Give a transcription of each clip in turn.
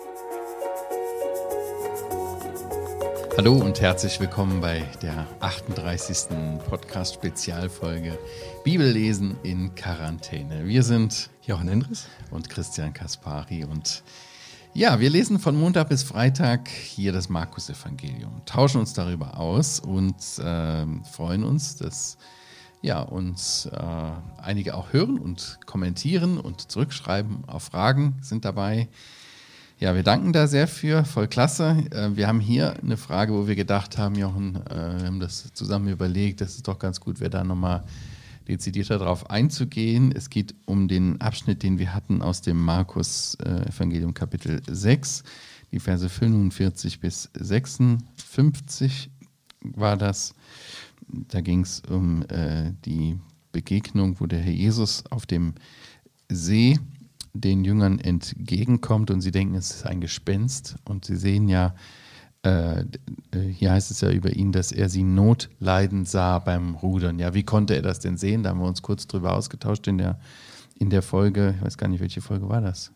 Hallo und herzlich willkommen bei der 38. Podcast-Spezialfolge Bibellesen in Quarantäne. Wir sind Jochen Endres und Christian Kaspari und ja, wir lesen von Montag bis Freitag hier das Markus-Evangelium, tauschen uns darüber aus und freuen uns, dass uns einige auch hören und kommentieren und zurückschreiben. Auch Fragen sind dabei. Ja, wir danken da sehr für, voll klasse. Wir haben hier eine Frage, wo wir gedacht haben, Jochen, wir haben das zusammen überlegt, das ist doch ganz gut, wäre da nochmal dezidierter drauf einzugehen. Es geht um den Abschnitt, den wir hatten aus dem Markus-Evangelium Kapitel 6, die Verse 45 bis 56 war das. Da ging es um die Begegnung, wo der Herr Jesus auf dem See den Jüngern entgegenkommt und sie denken, es ist ein Gespenst und sie sehen ja, hier heißt es ja über ihn, dass er sie notleidend sah beim Rudern. Ja, wie konnte er das denn sehen? Da haben wir uns kurz drüber ausgetauscht in der Folge, ich weiß gar nicht, welche Folge war das?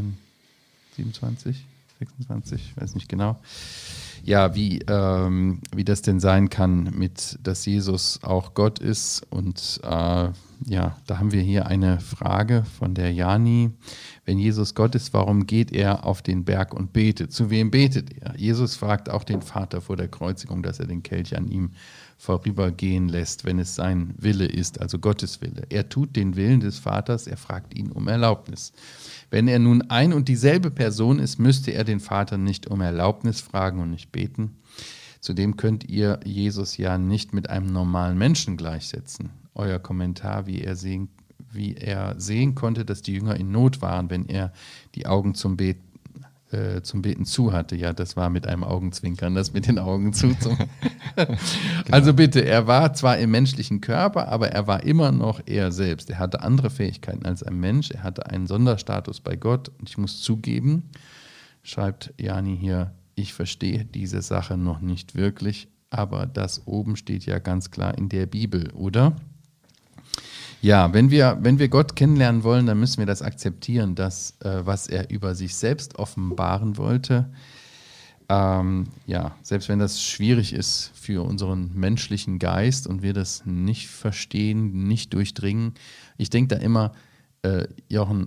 27, 26, weiß nicht genau. Ja, wie das denn sein kann, dass Jesus auch Gott ist. Und da haben wir hier eine Frage von der Jani. Wenn Jesus Gott ist, warum geht er auf den Berg und betet? Zu wem betet er? Jesus fragt auch den Vater vor der Kreuzigung, dass er den Kelch an ihm vorübergehen lässt, wenn es sein Wille ist, also Gottes Wille. Er tut den Willen des Vaters, er fragt ihn um Erlaubnis. Wenn er nun ein und dieselbe Person ist, müsste er den Vater nicht um Erlaubnis fragen und nicht beten. Zudem könnt ihr Jesus ja nicht mit einem normalen Menschen gleichsetzen. Euer Kommentar, wie er sehen konnte, dass die Jünger in Not waren, wenn er die Augen zum Beten zu hatte. Ja, das war mit einem Augenzwinkern, das mit den Augen zu. Genau. Also bitte, er war zwar im menschlichen Körper, aber er war immer noch er selbst. Er hatte andere Fähigkeiten als ein Mensch. Er hatte einen Sonderstatus bei Gott. Und ich muss zugeben, schreibt Jani hier, ich verstehe diese Sache noch nicht wirklich, aber das oben steht ja ganz klar in der Bibel, oder? Ja, wenn wir Gott kennenlernen wollen, dann müssen wir das akzeptieren, dass was er über sich selbst offenbaren wollte, selbst wenn das schwierig ist für unseren menschlichen Geist und wir das nicht verstehen, nicht durchdringen. Ich denke da immer, Jochen,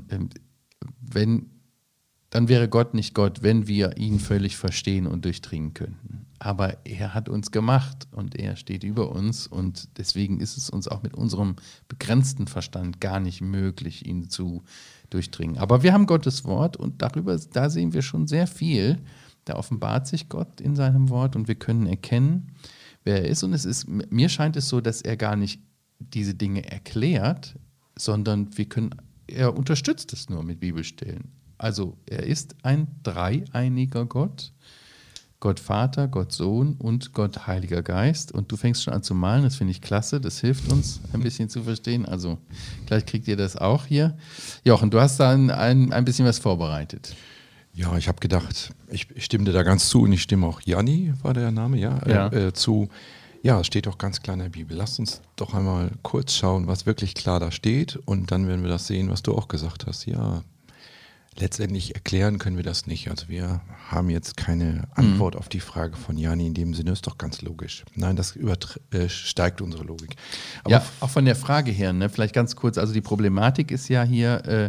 dann wäre Gott nicht Gott, wenn wir ihn völlig verstehen und durchdringen könnten. Aber er hat uns gemacht und er steht über uns und deswegen ist es uns auch mit unserem begrenzten Verstand gar nicht möglich, ihn zu durchdringen. Aber wir haben Gottes Wort und da sehen wir schon sehr viel. Da offenbart sich Gott in seinem Wort und wir können erkennen, wer er ist. Und mir scheint es so, dass er gar nicht diese Dinge erklärt, sondern er unterstützt es nur mit Bibelstellen. Also er ist ein dreieiniger Gott. Gott Vater, Gott Sohn und Gott Heiliger Geist. Und du fängst schon an zu malen, das finde ich klasse, das hilft uns ein bisschen zu verstehen. Also gleich kriegt ihr das auch hier. Jochen, du hast da ein bisschen was vorbereitet. Ja, ich habe gedacht, ich stimme dir da ganz zu und ich stimme auch Janni, war der Name, zu. Ja, es steht doch ganz klar in der Bibel. Lasst uns doch einmal kurz schauen, was wirklich klar da steht und dann werden wir das sehen, was du auch gesagt hast. Ja, letztendlich erklären können wir das nicht. Also wir haben jetzt keine Antwort auf die Frage von Jani in dem Sinne, ist doch ganz logisch. Nein, das steigt unsere Logik. Aber ja, auch von der Frage her, ne, vielleicht ganz kurz, also die Problematik ist ja hier,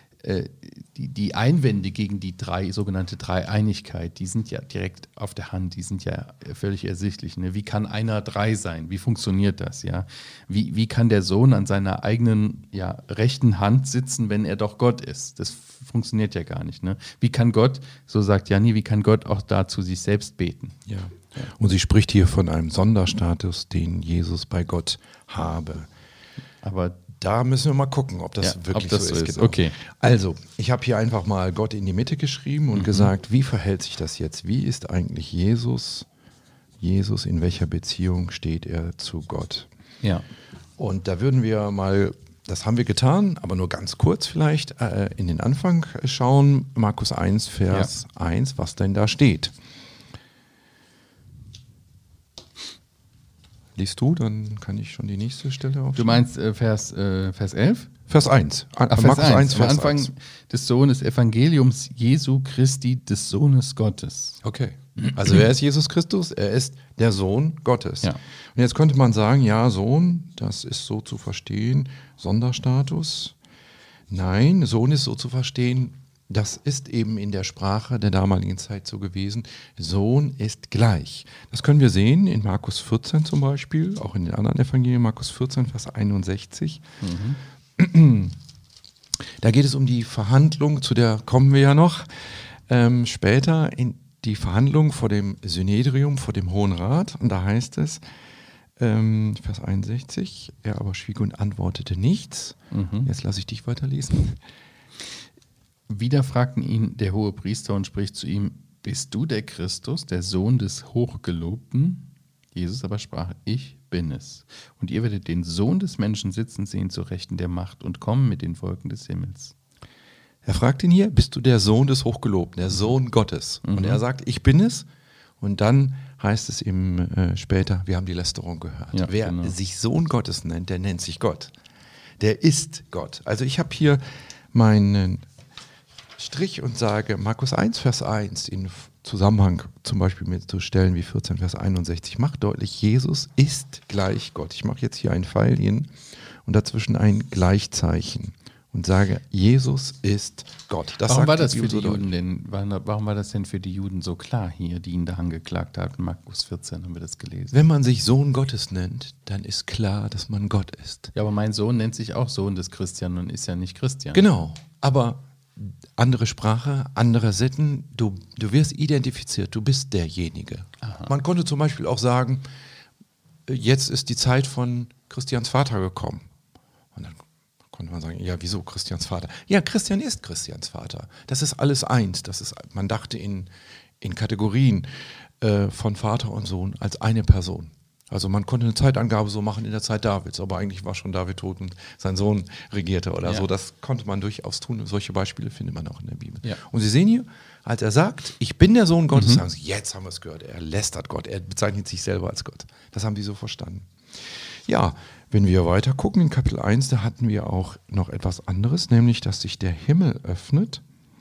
die Einwände gegen die sogenannte Dreieinigkeit, die sind ja direkt auf der Hand, die sind ja völlig ersichtlich. Ne? Wie kann einer drei sein? Wie funktioniert das? Ja? Wie kann der Sohn an seiner eigenen rechten Hand sitzen, wenn er doch Gott ist? Das funktioniert ja gar nicht. Ne? Wie kann Gott, so sagt Janni, wie kann Gott auch da zu sich selbst beten? Ja. Und sie spricht hier von einem Sonderstatus, den Jesus bei Gott habe. Aber da müssen wir mal gucken, ob das wirklich so ist. Genau. Okay. Also, ich habe hier einfach mal Gott in die Mitte geschrieben und gesagt, wie verhält sich das jetzt? Wie ist eigentlich Jesus? Jesus, in welcher Beziehung steht er zu Gott? Ja. Und da würden wir mal, das haben wir getan, aber nur ganz kurz vielleicht, in den Anfang schauen. Markus 1, Vers 1, was denn da steht. liest du, dann kann ich schon die nächste Stelle aufschreiben. Du meinst Vers 11? Vers 1. Markus 1, Vers am Anfang 1. Des Sohnes Evangeliums Jesu Christi, des Sohnes Gottes. Okay. Also wer ist Jesus Christus? Er ist der Sohn Gottes. Ja. Und jetzt könnte man sagen, ja, Sohn, das ist so zu verstehen, Sonderstatus. Nein, Sohn ist so zu verstehen, das ist eben in der Sprache der damaligen Zeit so gewesen. Sohn ist gleich. Das können wir sehen in Markus 14 zum Beispiel, auch in den anderen Evangelien, Markus 14, Vers 61. Da geht es um die Verhandlung, zu der kommen wir ja noch später, in die Verhandlung vor dem Synedrium, vor dem Hohen Rat. Und da heißt es, Vers 61, er aber schwieg und antwortete nichts. Jetzt lasse ich dich weiterlesen. Wieder fragten ihn der Hohepriester und spricht zu ihm, bist du der Christus, der Sohn des Hochgelobten? Jesus aber sprach, ich bin es. Und ihr werdet den Sohn des Menschen sitzen sehen zur Rechten der Macht und kommen mit den Wolken des Himmels. Er fragt ihn hier, bist du der Sohn des Hochgelobten, der Sohn Gottes? Und er sagt, ich bin es. Und dann heißt es ihm später, wir haben die Lästerung gehört. Ja, wer sich Sohn Gottes nennt, der nennt sich Gott. Der ist Gott. Also ich habe hier meinen Strich und sage, Markus 1, Vers 1 in Zusammenhang zum Beispiel mit so Stellen wie 14, Vers 61 macht deutlich, Jesus ist gleich Gott. Ich mache jetzt hier ein Pfeilchen und dazwischen ein Gleichzeichen und sage, Jesus ist Gott. Warum war das für die Juden denn? Warum war das denn für die Juden so klar hier, die ihn da angeklagt haben? In Markus 14 haben wir das gelesen. Wenn man sich Sohn Gottes nennt, dann ist klar, dass man Gott ist. Ja, aber mein Sohn nennt sich auch Sohn des Christian und ist ja nicht Christian. Genau, aber andere Sprache, andere Sitten, du wirst identifiziert, du bist derjenige. Aha. Man konnte zum Beispiel auch sagen, jetzt ist die Zeit von Christians Vater gekommen. Und dann konnte man sagen, ja, wieso Christians Vater? Ja, Christian ist Christians Vater. Das ist alles eins. Man dachte in Kategorien von Vater und Sohn als eine Person. Also man konnte eine Zeitangabe so machen in der Zeit Davids, aber eigentlich war schon David tot und sein Sohn regierte oder so. Das konnte man durchaus tun. Solche Beispiele findet man auch in der Bibel. Ja. Und Sie sehen hier, als er sagt, ich bin der Sohn Gottes, sagen Sie, jetzt haben wir es gehört, er lästert Gott, er bezeichnet sich selber als Gott. Das haben die so verstanden. Ja, wenn wir weiter gucken in Kapitel 1, da hatten wir auch noch etwas anderes, nämlich, dass sich der Himmel öffnet.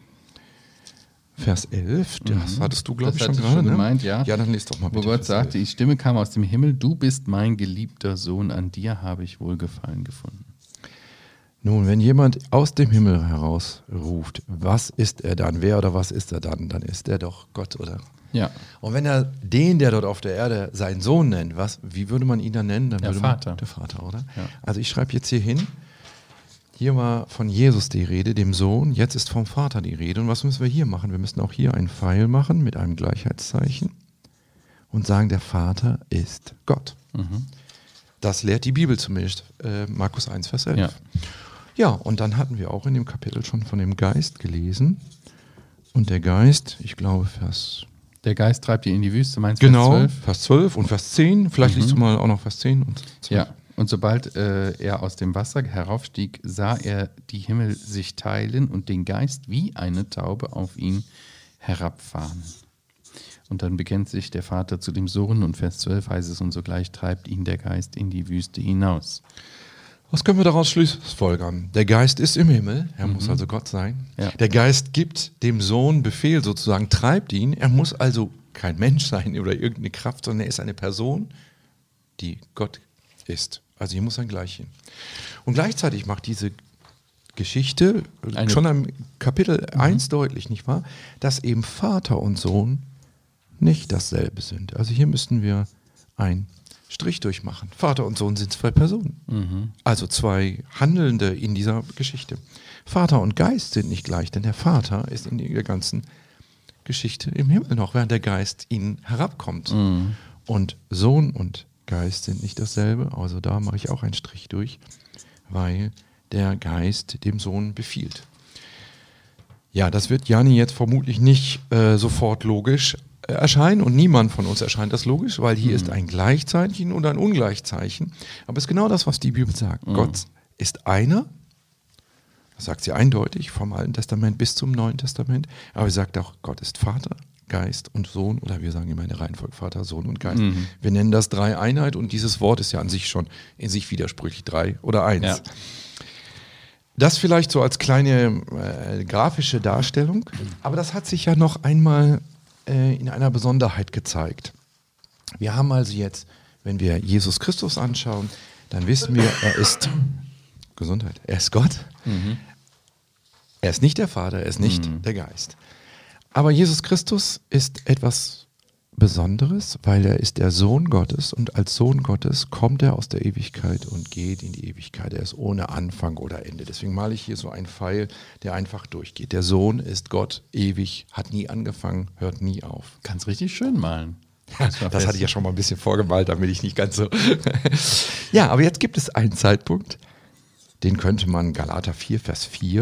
Vers 11, das hattest du, glaube ich, schon gerade gemeint, ja. Ja, dann lest doch mal bitte. Wo Gott sagte, die Stimme kam aus dem Himmel, du bist mein geliebter Sohn, an dir habe ich Wohlgefallen gefunden. Nun, wenn jemand aus dem Himmel heraus ruft, was ist er dann? Wer oder was ist er dann? Dann ist er doch Gott, oder? Ja. Und wenn er den, der dort auf der Erde seinen Sohn nennt, wie würde man ihn dann nennen? Dann der Vater. Der Vater, oder? Ja. Also ich schreibe jetzt hier hin, hier war von Jesus die Rede, dem Sohn, jetzt ist vom Vater die Rede. Und was müssen wir hier machen? Wir müssen auch hier einen Pfeil machen mit einem Gleichheitszeichen und sagen, der Vater ist Gott. Das lehrt die Bibel zumindest, Markus 1, Vers 11. Ja, und dann hatten wir auch in dem Kapitel schon von dem Geist gelesen. Und der Geist, ich glaube, Der Geist treibt ihn in die Wüste, meinst du? Genau, Vers 12 und Vers 10. Vielleicht liest du mal auch noch Vers 10 und 12. Ja. Und sobald er aus dem Wasser heraufstieg, sah er die Himmel sich teilen und den Geist wie eine Taube auf ihn herabfahren. Und dann bekennt sich der Vater zu dem Sohn und Vers 12 heißt es, und sogleich treibt ihn der Geist in die Wüste hinaus. Was können wir daraus schlussfolgern? Der Geist ist im Himmel, er muss also Gott sein. Ja. Der Geist gibt dem Sohn Befehl sozusagen, treibt ihn. Er muss also kein Mensch sein oder irgendeine Kraft, sondern er ist eine Person, die Gott ist. Also hier muss ein Gleichchen. Und gleichzeitig macht diese Geschichte schon am Kapitel 1 deutlich, nicht wahr? Dass eben Vater und Sohn nicht dasselbe sind. Also hier müssten wir einen Strich durchmachen. Vater und Sohn sind zwei Personen. Also zwei Handelnde in dieser Geschichte. Vater und Geist sind nicht gleich, denn der Vater ist in der ganzen Geschichte im Himmel noch, während der Geist ihnen herabkommt. Und Sohn und Geist sind nicht dasselbe, also da mache ich auch einen Strich durch, weil der Geist dem Sohn befiehlt. Ja, das wird Jani jetzt vermutlich nicht sofort logisch erscheinen und niemand von uns erscheint das logisch, weil hier ist ein Gleichzeichen und ein Ungleichzeichen. Aber es ist genau das, was die Bibel sagt. Gott ist einer, das sagt sie eindeutig vom Alten Testament bis zum Neuen Testament, aber sie sagt auch, Gott ist Vater, Geist und Sohn, oder wir sagen immer in der Reihenfolge Vater, Sohn und Geist. Wir nennen das Dreieinheit und dieses Wort ist ja an sich schon in sich widersprüchlich, 3 oder 1. Ja. Das vielleicht so als kleine grafische Darstellung, aber das hat sich ja noch einmal in einer Besonderheit gezeigt. Wir haben also jetzt, wenn wir Jesus Christus anschauen, dann wissen wir, er ist Gesundheit, er ist Gott. Er ist nicht der Vater, er ist nicht der Geist. Aber Jesus Christus ist etwas Besonderes, weil er ist der Sohn Gottes und als Sohn Gottes kommt er aus der Ewigkeit und geht in die Ewigkeit. Er ist ohne Anfang oder Ende. Deswegen male ich hier so einen Pfeil, der einfach durchgeht. Der Sohn ist Gott, ewig, hat nie angefangen, hört nie auf. Kannst richtig schön malen. Das hatte ich ja schon mal ein bisschen vorgemalt, damit ich nicht ganz so... Ja, aber jetzt gibt es einen Zeitpunkt, den könnte man Galater 4, Vers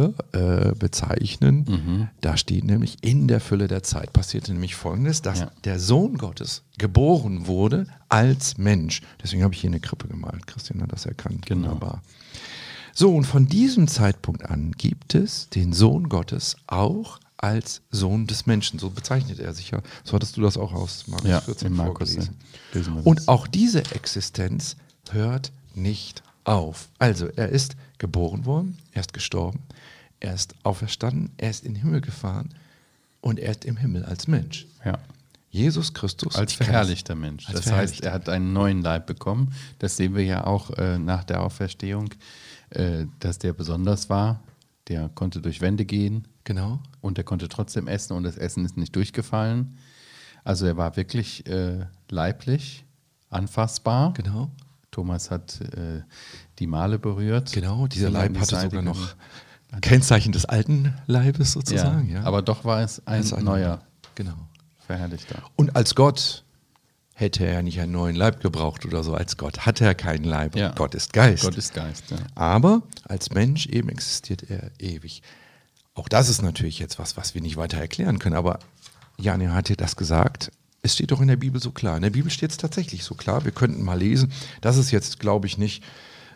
4 bezeichnen. Da steht nämlich, in der Fülle der Zeit passierte nämlich Folgendes, dass der Sohn Gottes geboren wurde als Mensch. Deswegen habe ich hier eine Krippe gemalt. Christian hat das erkannt. Genau. Wunderbar. So, und von diesem Zeitpunkt an gibt es den Sohn Gottes auch als Sohn des Menschen. So bezeichnet er sich ja. So hattest du das auch aus Markus 14 vorgelesen. Und auch diese Existenz hört nicht auf. Also, er ist geboren worden, er ist gestorben, er ist auferstanden, er ist in den Himmel gefahren und er ist im Himmel als Mensch. Ja. Jesus Christus. Als verherrlichter Mensch. Das heißt, er hat einen neuen Leib bekommen. Das sehen wir ja auch nach der Auferstehung, dass der besonders war. Der konnte durch Wände gehen. Genau. Und er konnte trotzdem essen und das Essen ist nicht durchgefallen. Also er war wirklich leiblich, anfassbar. Genau. Thomas hat die Male berührt. Genau, dieser Leib hatte sogar noch Kennzeichen des alten Leibes sozusagen. Ja. Aber doch war es ein neuer, genau, verherrlichter. Und als Gott hätte er nicht einen neuen Leib gebraucht oder so. Als Gott hatte er keinen Leib. Ja. Gott ist Geist. Gott ist Geist, ja. Aber als Mensch eben existiert er ewig. Auch das ist natürlich jetzt was wir nicht weiter erklären können. Aber Jani hat dir das gesagt. Es steht doch in der Bibel so klar. In der Bibel steht es tatsächlich so klar. Wir könnten mal lesen. Das ist jetzt, glaube ich, nicht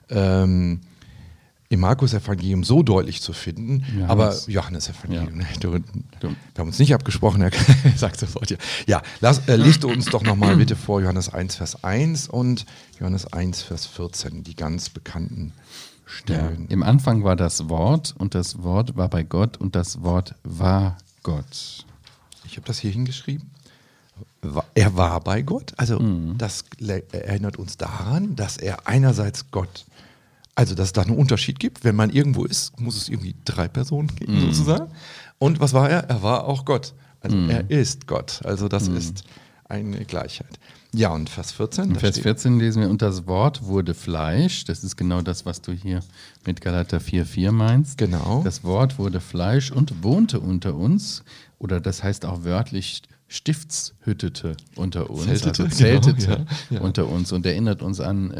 im Markus-Evangelium so deutlich zu finden. Johannes. Aber Johannes-Evangelium. Ja. Wir haben uns nicht abgesprochen. Er sagt sofort ja. Ja, liest du uns doch nochmal bitte vor Johannes 1, Vers 1 und Johannes 1, Vers 14. Die ganz bekannten Stellen. Ja. Im Anfang war das Wort und das Wort war bei Gott und das Wort war Gott. Ich habe das hier hingeschrieben. Er war bei Gott, also das erinnert uns daran, dass er einerseits Gott, also dass es da einen Unterschied gibt, wenn man irgendwo ist, muss es irgendwie 3 Personen geben sozusagen. Und was war er? Er war auch Gott, also er ist Gott, also das ist eine Gleichheit. Ja, und Vers 14? In Vers 14 lesen wir, und das Wort wurde Fleisch, das ist genau das, was du hier mit Galater 4,4 meinst. Genau. Das Wort wurde Fleisch und wohnte unter uns, oder das heißt auch wörtlich stiftshüttete unter uns, zeltete unter uns und erinnert uns an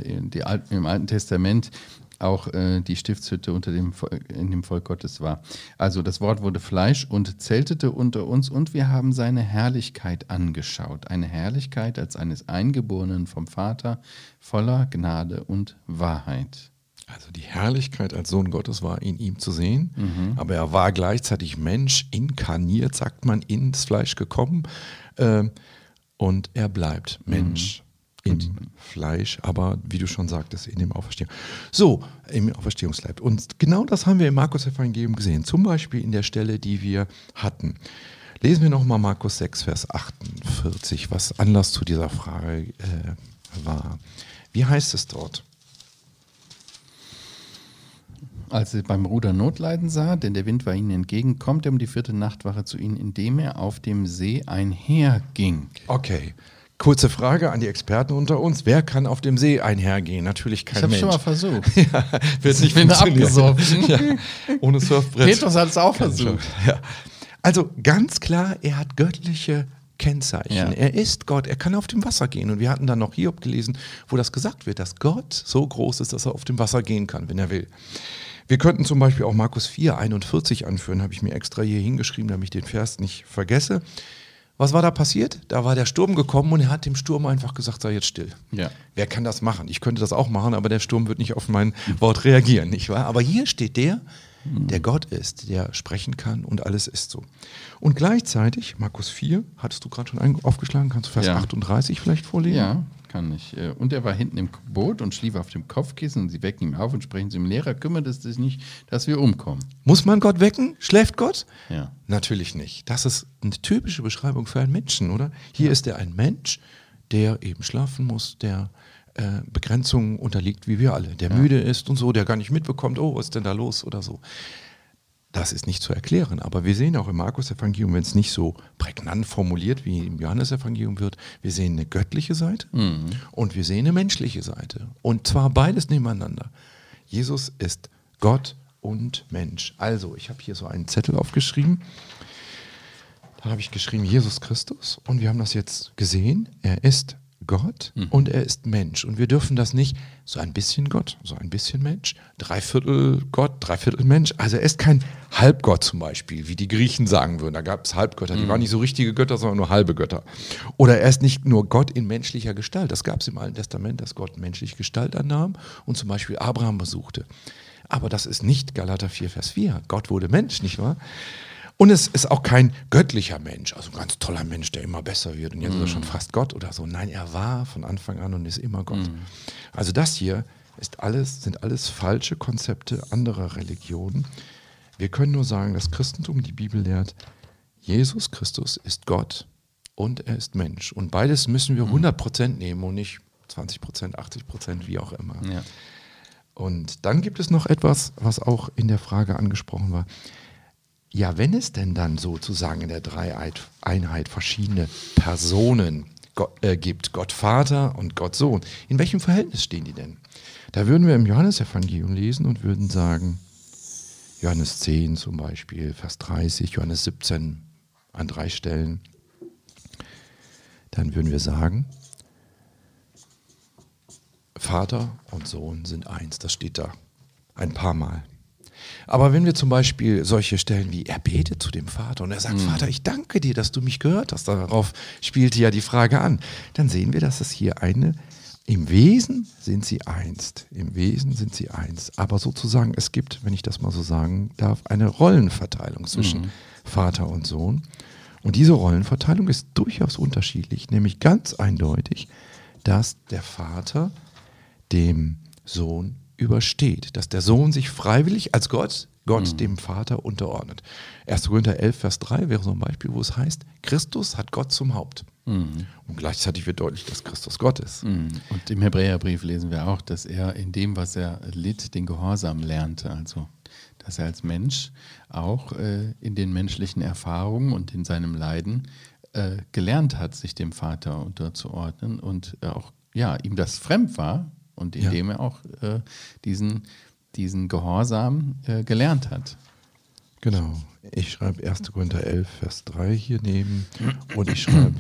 im Alten Testament auch die Stiftshütte in dem Volk Gottes war. Also das Wort wurde Fleisch und zeltete unter uns und wir haben seine Herrlichkeit angeschaut. Eine Herrlichkeit als eines Eingeborenen vom Vater, voller Gnade und Wahrheit. Also die Herrlichkeit als Sohn Gottes war in ihm zu sehen, aber er war gleichzeitig Mensch, inkarniert, sagt man, ins Fleisch gekommen und er bleibt Mensch in Fleisch, aber wie du schon sagtest, in dem Auferstehung. So, im Auferstehungsleib. Und genau das haben wir im Markus-Evangelium gesehen, zum Beispiel in der Stelle, die wir hatten. Lesen wir nochmal Markus 6, Vers 48, was Anlass zu dieser Frage war. Wie heißt es dort? Als er beim Ruder Notleiden sah, denn der Wind war ihnen entgegen, kommt er um die 4. Nachtwache zu ihnen, indem er auf dem See einherging. Okay, kurze Frage an die Experten unter uns. Wer kann auf dem See einhergehen? Natürlich kein Mensch. Ich habe schon mal versucht. Ja, wird nicht abgesoffen. Ja, ohne Surfbrett. Petrus hat es auch versucht. Ja. Also ganz klar, er hat göttliche Kennzeichen. Ja. Er ist Gott, er kann auf dem Wasser gehen. Und wir hatten dann noch Hiob gelesen, wo das gesagt wird, dass Gott so groß ist, dass er auf dem Wasser gehen kann, wenn er will. Wir könnten zum Beispiel auch Markus 4, 41 anführen, habe ich mir extra hier hingeschrieben, damit ich den Vers nicht vergesse. Was war da passiert? Da war der Sturm gekommen und er hat dem Sturm einfach gesagt, sei jetzt still. Ja. Wer kann das machen? Ich könnte das auch machen, aber der Sturm wird nicht auf mein Wort reagieren, nicht wahr? Aber hier steht der der Gott ist, der sprechen kann und alles ist so. Und gleichzeitig, Markus 4, hattest du gerade schon aufgeschlagen, kannst du Vers 38 vielleicht vorlesen? Ja, kann ich. Und er war hinten im Boot und schlief auf dem Kopfkissen und sie wecken ihn auf und sprechen zu ihm: Lehrer, kümmert es dich nicht, dass wir umkommen? Muss man Gott wecken? Schläft Gott? Ja. Natürlich nicht. Das ist eine typische Beschreibung für einen Menschen, oder? Hier ist er ein Mensch, der eben schlafen muss, der Begrenzungen unterliegt, wie wir alle, der müde ist und so, der gar nicht mitbekommt, oh, was ist denn da los oder so. Das ist nicht zu erklären, aber wir sehen auch im Markus-Evangelium, wenn es nicht so prägnant formuliert, wie im Johannes-Evangelium wird, wir sehen eine göttliche Seite und wir sehen eine menschliche Seite. Und zwar beides nebeneinander. Jesus ist Gott und Mensch. Also, ich habe hier so einen Zettel aufgeschrieben. Da habe ich geschrieben, Jesus Christus. Und wir haben das jetzt gesehen. Er ist Gott und er ist Mensch. Und wir dürfen das nicht so ein bisschen Gott, so ein bisschen Mensch, 3/4 Gott, 3/4 Mensch. Also er ist kein Halbgott zum Beispiel, wie die Griechen sagen würden. Da gab es Halbgötter, die waren nicht so richtige Götter, sondern nur halbe Götter. Oder er ist nicht nur Gott in menschlicher Gestalt. Das gab es im Alten Testament, dass Gott menschliche Gestalt annahm und zum Beispiel Abraham besuchte. Aber das ist nicht Galater 4, Vers 4. Gott wurde Mensch, nicht wahr? Und es ist auch kein göttlicher Mensch, also ein ganz toller Mensch, der immer besser wird und jetzt ist er schon fast Gott oder so. Nein, er war von Anfang an und ist immer Gott. Also das hier sind alles falsche Konzepte anderer Religionen. Wir können nur sagen, das Christentum, die Bibel lehrt, Jesus Christus ist Gott und er ist Mensch. Und beides müssen wir 100% nehmen und nicht 20%, 80%, wie auch immer. Ja. Und dann gibt es noch etwas, was auch in der Frage angesprochen war. Ja, wenn es denn dann sozusagen in der Dreieinheit verschiedene Personen gibt, Gott Vater und Gott Sohn, in welchem Verhältnis stehen die denn? Da würden wir im Johannesevangelium lesen und würden sagen, Johannes 10 zum Beispiel, Vers 30, Johannes 17 an 3 Stellen, dann würden wir sagen, Vater und Sohn sind eins, das steht da ein paar Mal. Aber wenn wir zum Beispiel solche Stellen wie, er betet zu dem Vater und er sagt, Vater, ich danke dir, dass du mich gehört hast, darauf spielte ja die Frage an, dann sehen wir, dass es hier im Wesen sind sie eins, aber sozusagen es gibt, wenn ich das mal so sagen darf, eine Rollenverteilung zwischen Vater und Sohn und diese Rollenverteilung ist durchaus unterschiedlich, nämlich ganz eindeutig, dass der Vater dem Sohn übersteht, dass der Sohn sich freiwillig als Gott dem Vater unterordnet. 1. Korinther 11, Vers 3 wäre so ein Beispiel, wo es heißt, Christus hat Gott zum Haupt. Und gleichzeitig wird deutlich, dass Christus Gott ist. Und im Hebräerbrief lesen wir auch, dass er in dem, was er litt, den Gehorsam lernte. Also, dass er als Mensch auch in den menschlichen Erfahrungen und in seinem Leiden gelernt hat, sich dem Vater unterzuordnen und auch ihm das fremd war, und indem er auch diesen Gehorsam gelernt hat. Genau. Ich schreibe 1. Korinther 11, Vers 3 hier neben und ich schreibe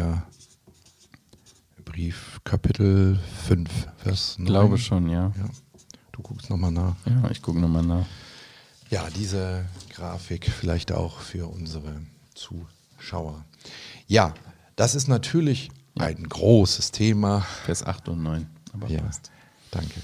Hebräerbrief, Kapitel 5, Vers 9. Ich glaube schon, ja. Du guckst nochmal nach. Ja, ich gucke nochmal nach. Ja, diese Grafik vielleicht auch für unsere Zuschauer. Ja, das ist natürlich ein großes Thema. Vers 8 und 9. Aber passt. Danke.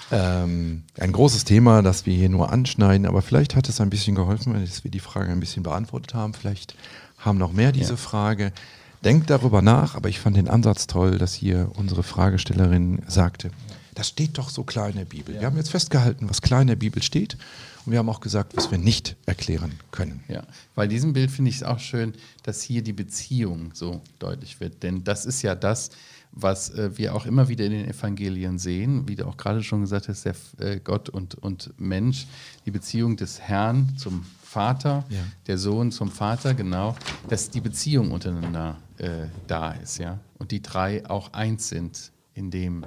Ein großes Thema, das wir hier nur anschneiden, aber vielleicht hat es ein bisschen geholfen, dass wir die Frage ein bisschen beantwortet haben. Vielleicht haben noch mehr diese Frage. Denkt darüber nach, aber ich fand den Ansatz toll, dass hier unsere Fragestellerin sagte, das steht doch so klar in der Bibel. Wir haben jetzt festgehalten, was klar in der Bibel steht und wir haben auch gesagt, was wir nicht erklären können. Ja, bei diesem Bild finde ich es auch schön, dass hier die Beziehung so deutlich wird, denn das ist ja das, was wir auch immer wieder in den Evangelien sehen, wie du auch gerade schon gesagt hast, der Gott und Mensch, die Beziehung des Herrn zum Vater, der Sohn zum Vater, genau, dass die Beziehung untereinander da ist, ja, und die drei auch eins sind in dem,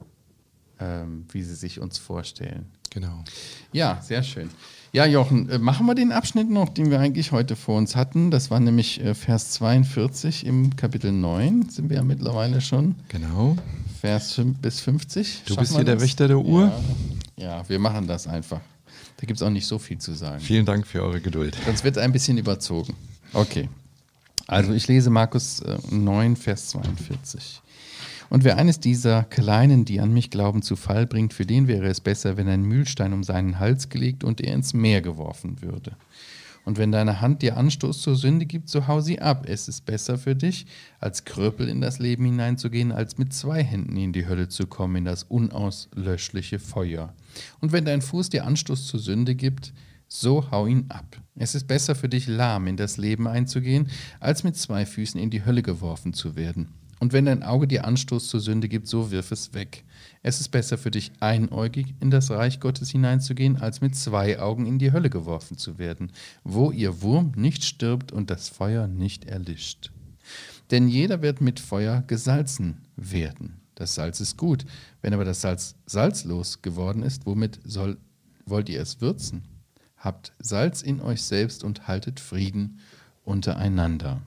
wie sie sich uns vorstellen. Genau. Ja, sehr schön. Ja, Jochen, machen wir den Abschnitt noch, den wir eigentlich heute vor uns hatten. Das war nämlich Vers 42 im Kapitel 9, sind wir ja mittlerweile schon. Genau. Vers 5 bis 50. Du bist hier der Wächter der Uhr? Ja, wir machen das einfach. Da gibt es auch nicht so viel zu sagen. Vielen Dank für eure Geduld. Sonst wird ein bisschen überzogen. Okay. Also ich lese Markus 9, Vers 42. Und wer eines dieser Kleinen, die an mich glauben, zu Fall bringt, für den wäre es besser, wenn ein Mühlstein um seinen Hals gelegt und er ins Meer geworfen würde. Und wenn deine Hand dir Anstoß zur Sünde gibt, so hau sie ab. Es ist besser für dich, als Kröpel in das Leben hineinzugehen, als mit 2 Händen in die Hölle zu kommen, in das unauslöschliche Feuer. Und wenn dein Fuß dir Anstoß zur Sünde gibt, so hau ihn ab. Es ist besser für dich, lahm in das Leben einzugehen, als mit 2 Füßen in die Hölle geworfen zu werden. Und wenn dein Auge dir Anstoß zur Sünde gibt, so wirf es weg. Es ist besser für dich, einäugig in das Reich Gottes hineinzugehen, als mit 2 Augen in die Hölle geworfen zu werden, wo ihr Wurm nicht stirbt und das Feuer nicht erlischt. Denn jeder wird mit Feuer gesalzen werden. Das Salz ist gut. Wenn aber das Salz salzlos geworden ist, womit wollt ihr es würzen? Habt Salz in euch selbst und haltet Frieden untereinander.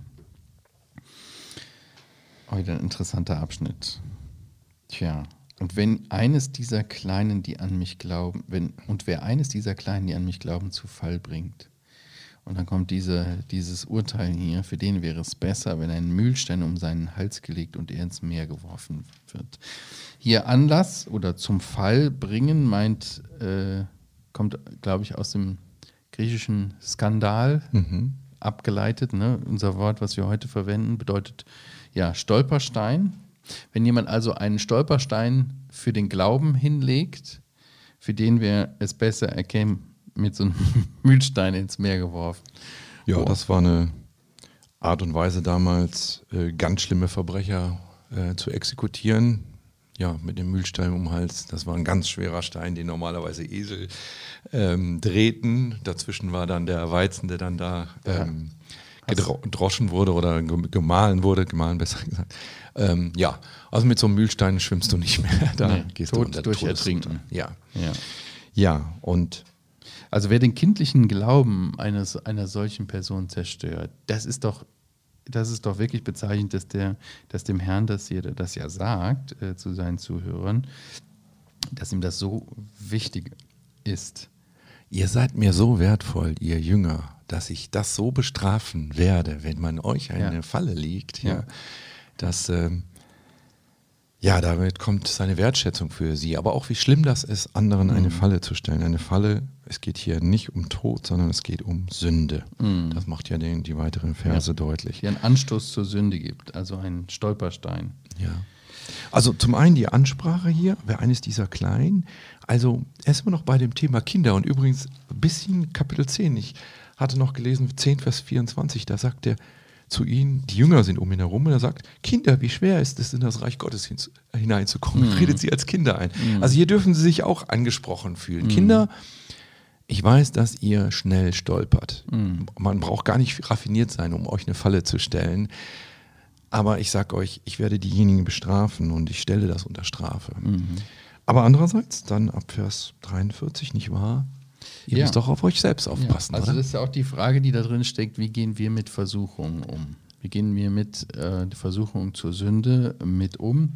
Heute ein interessanter Abschnitt. Tja, und wenn eines dieser Kleinen, die an mich glauben, wer eines dieser Kleinen, die an mich glauben, zu Fall bringt. Und dann kommt dieses Urteil hier, für den wäre es besser, wenn ein Mühlstein um seinen Hals gelegt und er ins Meer geworfen wird. Hier Anlass oder zum Fall bringen kommt, glaube ich, aus dem griechischen Skandal abgeleitet. Ne? Unser Wort, was wir heute verwenden, bedeutet ja Stolperstein. Wenn jemand also einen Stolperstein für den Glauben hinlegt, für den wäre es besser, er käme mit so einem Mühlstein ins Meer geworfen. Ja, das war eine Art und Weise damals, ganz schlimme Verbrecher zu exekutieren. Ja, mit dem Mühlstein um den Hals. Das war ein ganz schwerer Stein, den normalerweise Esel drehten. Dazwischen war dann der Weizen, der dann da gedroschen wurde oder gemahlen besser gesagt. Also mit so einem Mühlstein schwimmst du nicht mehr. Da gehst du unter durch Ertrinken. Ja, und also wer den kindlichen Glauben einer solchen Person zerstört, das ist doch wirklich bezeichnend, dass dem Herrn das ja sagt zu seinen Zuhörern, dass ihm das so wichtig ist. Ihr seid mir so wertvoll, ihr Jünger, dass ich das so bestrafen werde, wenn man euch eine Falle legt. Dass damit kommt seine Wertschätzung für sie. Aber auch wie schlimm das ist, anderen eine Falle zu stellen. Eine Falle, es geht hier nicht um Tod, sondern es geht um Sünde. Das macht ja die weiteren Verse deutlich. Die einen Anstoß zur Sünde gibt, also einen Stolperstein. Ja. Also zum einen die Ansprache hier, wer eines dieser Kleinen, also er ist immer noch bei dem Thema Kinder und übrigens ein bisschen Kapitel 10, ich hatte noch gelesen, 10 Vers 24, da sagt er zu ihnen, die Jünger sind um ihn herum und er sagt, Kinder, wie schwer ist es in das Reich Gottes hineinzukommen, redet sie als Kinder ein. Also hier dürfen sie sich auch angesprochen fühlen. Kinder, ich weiß, dass ihr schnell stolpert. Man braucht gar nicht raffiniert sein, um euch eine Falle zu stellen. Aber ich sage euch, ich werde diejenigen bestrafen und ich stelle das unter Strafe. Aber andererseits, dann ab Vers 43, nicht wahr? Ihr müsst doch auf euch selbst aufpassen, also oder? das ist ja auch die Frage, die da drin steckt, wie gehen wir mit Versuchungen um? Wie gehen wir mit der Versuchung zur Sünde mit um?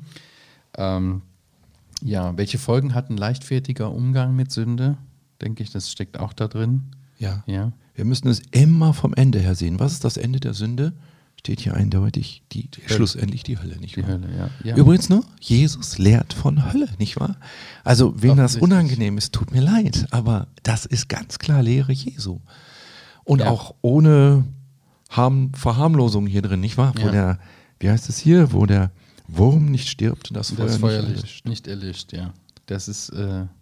Welche Folgen hat ein leichtfertiger Umgang mit Sünde? Denke ich, das steckt auch da drin. Ja. Wir müssen es immer vom Ende her sehen. Was ist das Ende der Sünde? Steht hier eindeutig schlussendlich die Hölle, nicht wahr? Die Hölle, ja. Übrigens noch, Jesus lehrt von Hölle, nicht wahr? Also wem das unangenehm ist, tut mir leid, aber das ist ganz klar Lehre Jesu. Und auch ohne Verharmlosung hier drin, nicht wahr? Wie heißt es hier, wo der Wurm nicht stirbt und das Feuer nicht erlischt, ja. Das ist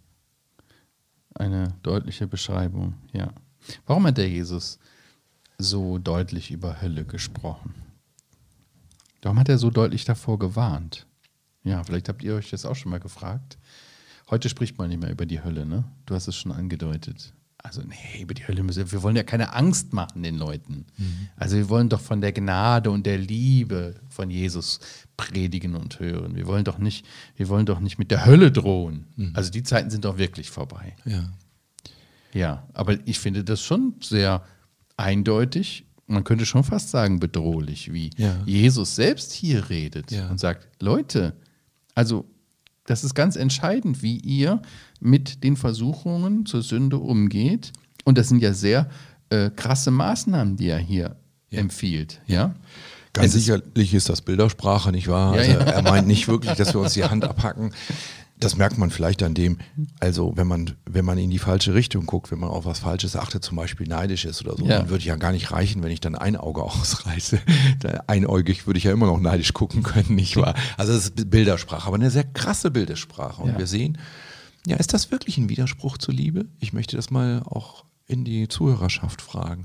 eine deutliche Beschreibung, ja. Warum hat der Jesus so deutlich über Hölle gesprochen? Warum hat er so deutlich davor gewarnt? Ja, vielleicht habt ihr euch das auch schon mal gefragt. Heute spricht man nicht mehr über die Hölle, ne? Du hast es schon angedeutet. Also über die Hölle wir wollen ja keine Angst machen den Leuten. Also wir wollen doch von der Gnade und der Liebe von Jesus predigen und hören. Wir wollen doch nicht mit der Hölle drohen. Also die Zeiten sind doch wirklich vorbei. Ja, aber ich finde das schon sehr eindeutig, man könnte schon fast sagen bedrohlich, wie Jesus selbst hier redet und sagt, Leute, also das ist ganz entscheidend, wie ihr mit den Versuchungen zur Sünde umgeht. Und das sind ja sehr krasse Maßnahmen, die er hier empfiehlt. Ja? Ganz sicherlich ist das Bildersprache, nicht wahr? Ja, also ja. Er meint nicht wirklich, dass wir uns die Hand abhacken. Das merkt man vielleicht an dem, also wenn man in die falsche Richtung guckt, wenn man auf was Falsches achtet, zum Beispiel neidisch ist oder so, dann würde ja gar nicht reichen, wenn ich dann ein Auge ausreiße. Einäugig würde ich ja immer noch neidisch gucken können, nicht wahr? Also das ist Bildersprache, aber eine sehr krasse Bildersprache. Und wir sehen, ja, ist das wirklich ein Widerspruch zur Liebe? Ich möchte das mal auch in die Zuhörerschaft fragen.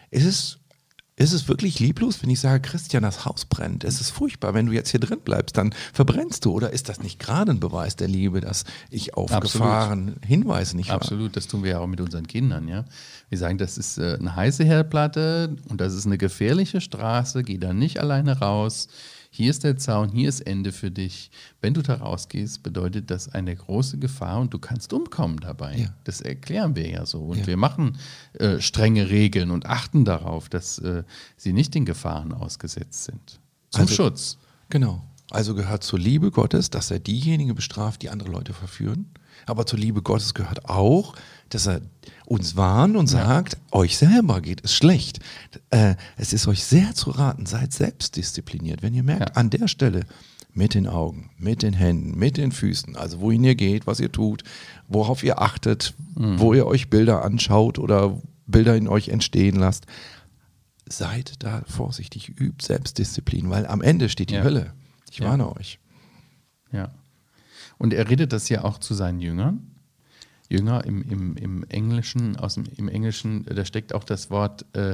Ist es wirklich lieblos, wenn ich sage, Christian, das Haus brennt? Es ist furchtbar, wenn du jetzt hier drin bleibst, dann verbrennst du. Oder ist das nicht gerade ein Beweis der Liebe, dass ich auf Gefahren hinweise, nicht wahr? Absolut, das tun wir ja auch mit unseren Kindern. Ja? Wir sagen, das ist eine heiße Herdplatte und das ist eine gefährliche Straße, geh da nicht alleine raus. Hier ist der Zaun, hier ist Ende für dich. Wenn du da rausgehst, bedeutet das eine große Gefahr und du kannst umkommen dabei. Ja. Das erklären wir ja so. Und wir machen strenge Regeln und achten darauf, dass sie nicht den Gefahren ausgesetzt sind. Zum Schutz. Genau. Also gehört zur Liebe Gottes, dass er diejenigen bestraft, die andere Leute verführen. Aber zur Liebe Gottes gehört auch, dass er uns warnt und sagt, euch selber geht es schlecht. Es ist euch sehr zu raten, seid selbstdiszipliniert. Wenn ihr merkt, an der Stelle mit den Augen, mit den Händen, mit den Füßen, also wohin ihr geht, was ihr tut, worauf ihr achtet, wo ihr euch Bilder anschaut oder Bilder in euch entstehen lasst, seid da vorsichtig, übt Selbstdisziplin, weil am Ende steht die Hölle. Ich warne euch. Ja. Und er redet das ja auch zu seinen Jüngern. Jünger im Englischen, im Englischen, da steckt auch das Wort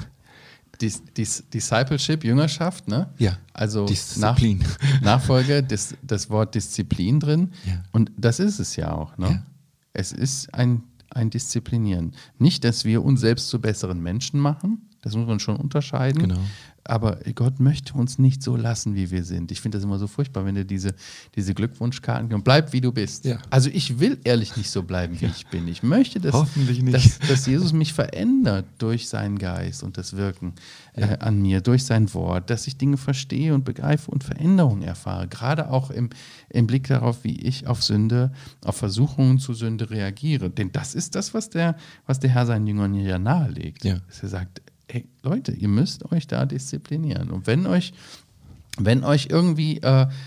Discipleship, Jüngerschaft, ne? Ja. Also Disziplin. Nachfolge, das Wort Disziplin drin. Ja. Und das ist es ja auch, ne? Ja. Es ist ein Disziplinieren. Nicht, dass wir uns selbst zu besseren Menschen machen, das muss man schon unterscheiden. Genau. Aber Gott möchte uns nicht so lassen, wie wir sind. Ich finde das immer so furchtbar, wenn du diese Glückwunschkarten kommst. Bleib, wie du bist. Ja. Also ich will ehrlich nicht so bleiben, wie ich bin. Ich möchte, Hoffentlich nicht. dass Jesus mich verändert durch seinen Geist und das Wirken an mir, durch sein Wort, dass ich Dinge verstehe und begreife und Veränderungen erfahre. Gerade auch im Blick darauf, wie ich auf Sünde, auf Versuchungen zu Sünde reagiere. Denn das ist das, was der Herr seinen Jüngern hier nahelegt. Ja. Dass er sagt, hey Leute, ihr müsst euch da disziplinieren. Und wenn euch irgendwie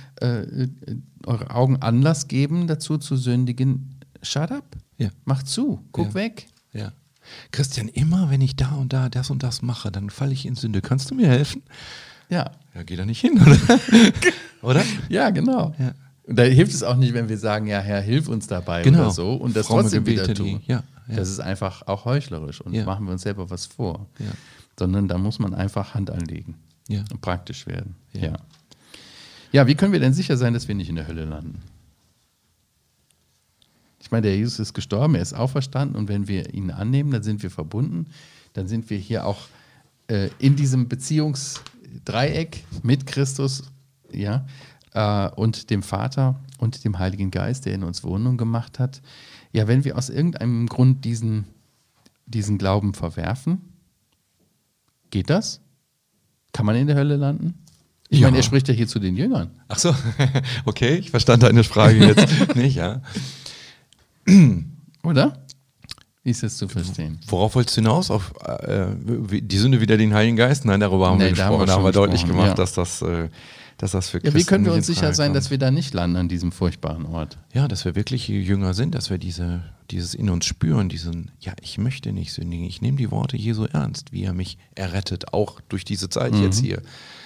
eure Augen Anlass geben, dazu zu sündigen, shut up. Ja. Mach zu, guck weg. Ja. Christian, immer wenn ich da und da das und das mache, dann falle ich in Sünde. Kannst du mir helfen? Ja. Ja, geh da nicht hin, oder? Oder? Ja, genau. Ja. Da hilft es auch nicht, wenn wir sagen, ja, Herr, hilf uns dabei oder so und das Fromme trotzdem Gebete, wieder tun. Ja. Das ist einfach auch heuchlerisch und machen wir uns selber was vor. Ja. Sondern da muss man einfach Hand anlegen und praktisch werden. Ja. Ja, wie können wir denn sicher sein, dass wir nicht in der Hölle landen? Ich meine, der Jesus ist gestorben, er ist auferstanden und wenn wir ihn annehmen, dann sind wir verbunden. Dann sind wir hier auch in diesem Beziehungsdreieck mit Christus und dem Vater und dem Heiligen Geist, der in uns Wohnung gemacht hat. Ja, wenn wir aus irgendeinem Grund diesen Glauben verwerfen, geht das? Kann man in der Hölle landen? Ich meine, er spricht ja hier zu den Jüngern. Ach so, okay, ich verstand deine Frage jetzt nicht, ja. Oder? Wie ist das zu verstehen? Worauf wolltest du hinaus? Auf die Sünde wider den Heiligen Geist? Nein, darüber haben wir gesprochen. Da haben wir deutlich gemacht, dass das für Christen wie können wir uns nicht in sicher Frage sein, kommt. dass wir da nicht landen an diesem furchtbaren Ort? Ja, dass wir wirklich Jünger sind, dass wir dieses in uns spüren, ich möchte nicht sündigen, ich nehme die Worte Jesu ernst, wie er mich errettet, auch durch diese Zeit jetzt hier.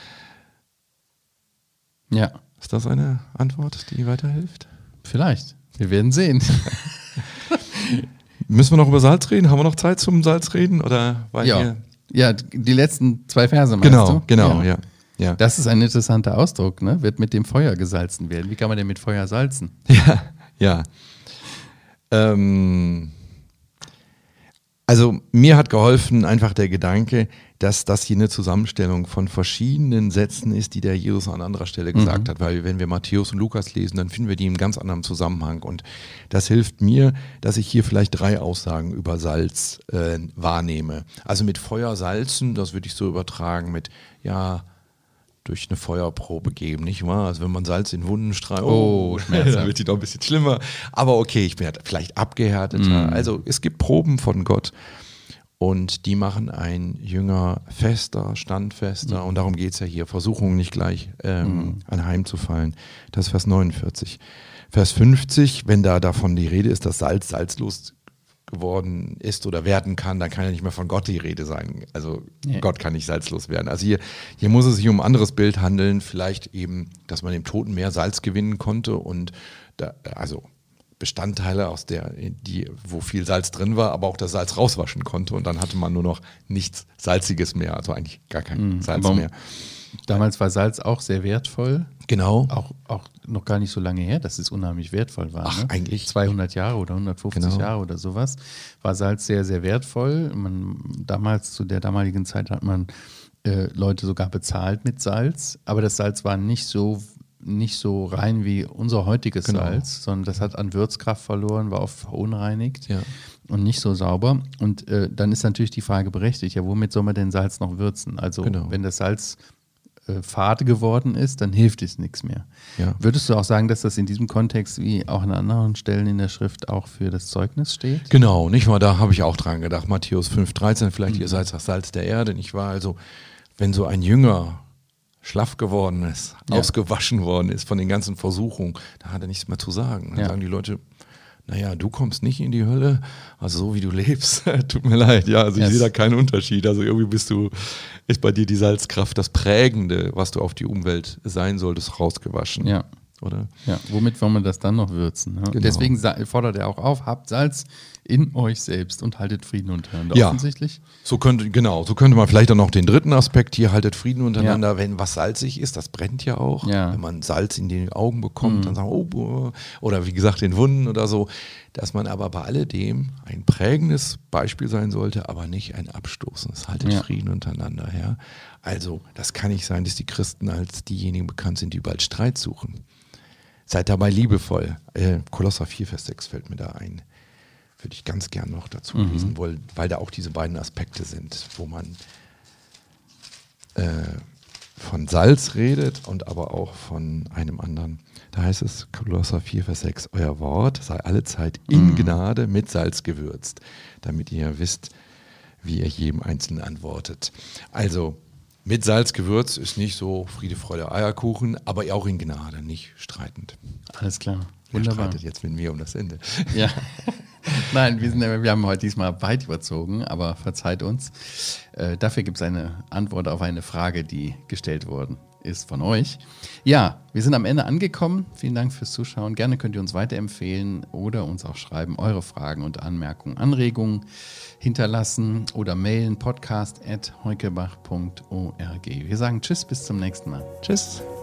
Ja. Ist das eine Antwort, die weiterhilft? Vielleicht. Wir werden sehen. Müssen wir noch über Salz reden? Haben wir noch Zeit zum Salz reden? Oder ja, die letzten 2 Verse meinst du? Genau, ja. Das ist ein interessanter Ausdruck, ne? Wird mit dem Feuer gesalzen werden. Wie kann man denn mit Feuer salzen? Ja. Also mir hat geholfen einfach der Gedanke, dass das hier eine Zusammenstellung von verschiedenen Sätzen ist, die der Jesus an anderer Stelle gesagt hat. Weil wenn wir Matthäus und Lukas lesen, dann finden wir die im ganz anderen Zusammenhang. Und das hilft mir, dass ich hier vielleicht 3 Aussagen über Salz wahrnehme. Also mit Feuer salzen, das würde ich so übertragen mit, durch eine Feuerprobe geben, nicht wahr? Also wenn man Salz in Wunden streicht, dann wird die doch ein bisschen schlimmer. Aber okay, ich bin vielleicht abgehärteter. Also es gibt Proben von Gott. Und die machen Jünger fester, standfester. Und darum geht es ja hier. Versuchung nicht gleich anheimzufallen. Das ist Vers 49. Vers 50, wenn da davon die Rede ist, dass Salz salzlos geworden ist oder werden kann, dann kann ja nicht mehr von Gott die Rede sein. Also Gott kann nicht salzlos werden. Also hier muss es sich um ein anderes Bild handeln. Vielleicht eben, dass man dem Toten Meer Salz gewinnen konnte und also Bestandteile wo viel Salz drin war, aber auch das Salz rauswaschen konnte und dann hatte man nur noch nichts Salziges mehr, also eigentlich gar kein Salz mehr. Damals war Salz auch sehr wertvoll. Genau. Auch noch gar nicht so lange her, dass es unheimlich wertvoll war. Ach, eigentlich 200 Jahre oder 150 Jahre oder sowas war Salz sehr, sehr wertvoll. Zu der damaligen Zeit hat man Leute sogar bezahlt mit Salz, aber das Salz war nicht so rein wie unser heutiges Salz, sondern das hat an Würzkraft verloren, war oft verunreinigt und nicht so sauber. Und dann ist natürlich die Frage berechtigt, ja, womit soll man denn Salz noch würzen? Also wenn das Salz fade geworden ist, dann hilft es nichts mehr. Ja. Würdest du auch sagen, dass das in diesem Kontext wie auch an anderen Stellen in der Schrift auch für das Zeugnis steht? Genau, nicht wahr? Da habe ich auch dran gedacht. Matthäus 5,13, vielleicht ihr seid das Salz der Erde, nicht wahr? Also wenn so ein Jünger schlaff geworden ist, ausgewaschen worden ist von den ganzen Versuchungen, da hat er nichts mehr zu sagen. Dann sagen die Leute, naja, du kommst nicht in die Hölle, also so wie du lebst, tut mir leid, ja, also ich sehe da keinen Unterschied. Also irgendwie ist bei dir die Salzkraft das Prägende, was du auf die Umwelt sein solltest, rausgewaschen. Ja. Oder? Ja, womit wollen wir das dann noch würzen? Ne? Genau. Deswegen fordert er auch auf, habt Salz in euch selbst und haltet Frieden untereinander. Ja, offensichtlich. So könnte man vielleicht dann noch den dritten Aspekt hier, haltet Frieden untereinander, wenn was salzig ist, das brennt ja auch. Ja. Wenn man Salz in die Augen bekommt, dann sagen oder wie gesagt in Wunden oder so, dass man aber bei alledem ein prägendes Beispiel sein sollte, aber nicht ein abstoßendes. Haltet Frieden untereinander. Ja? Also das kann nicht sein, dass die Christen als diejenigen bekannt sind, die überall Streit suchen. Seid dabei liebevoll. Kolosser 4, Vers 6 fällt mir da ein. Würde ich ganz gern noch dazu lesen wollen, weil da auch diese beiden Aspekte sind, wo man von Salz redet und aber auch von einem anderen. Da heißt es, Kolosser 4, Vers 6, euer Wort sei allezeit in Gnade mit Salz gewürzt, damit ihr wisst, wie ihr jedem Einzelnen antwortet. Also, mit Salz gewürzt ist nicht so Friede, Freude, Eierkuchen, aber auch in Gnade, nicht streitend. Alles klar. Wunderbar. Wer streitet jetzt mit mir um das Ende? Ja. Nein, wir haben heute diesmal weit überzogen, aber verzeiht uns. Dafür gibt es eine Antwort auf eine Frage, die gestellt worden ist von euch. Ja, wir sind am Ende angekommen. Vielen Dank fürs Zuschauen. Gerne könnt ihr uns weiterempfehlen oder uns auch schreiben, eure Fragen und Anmerkungen, Anregungen hinterlassen oder mailen podcast@heukebach.org. Wir sagen Tschüss, bis zum nächsten Mal. Tschüss.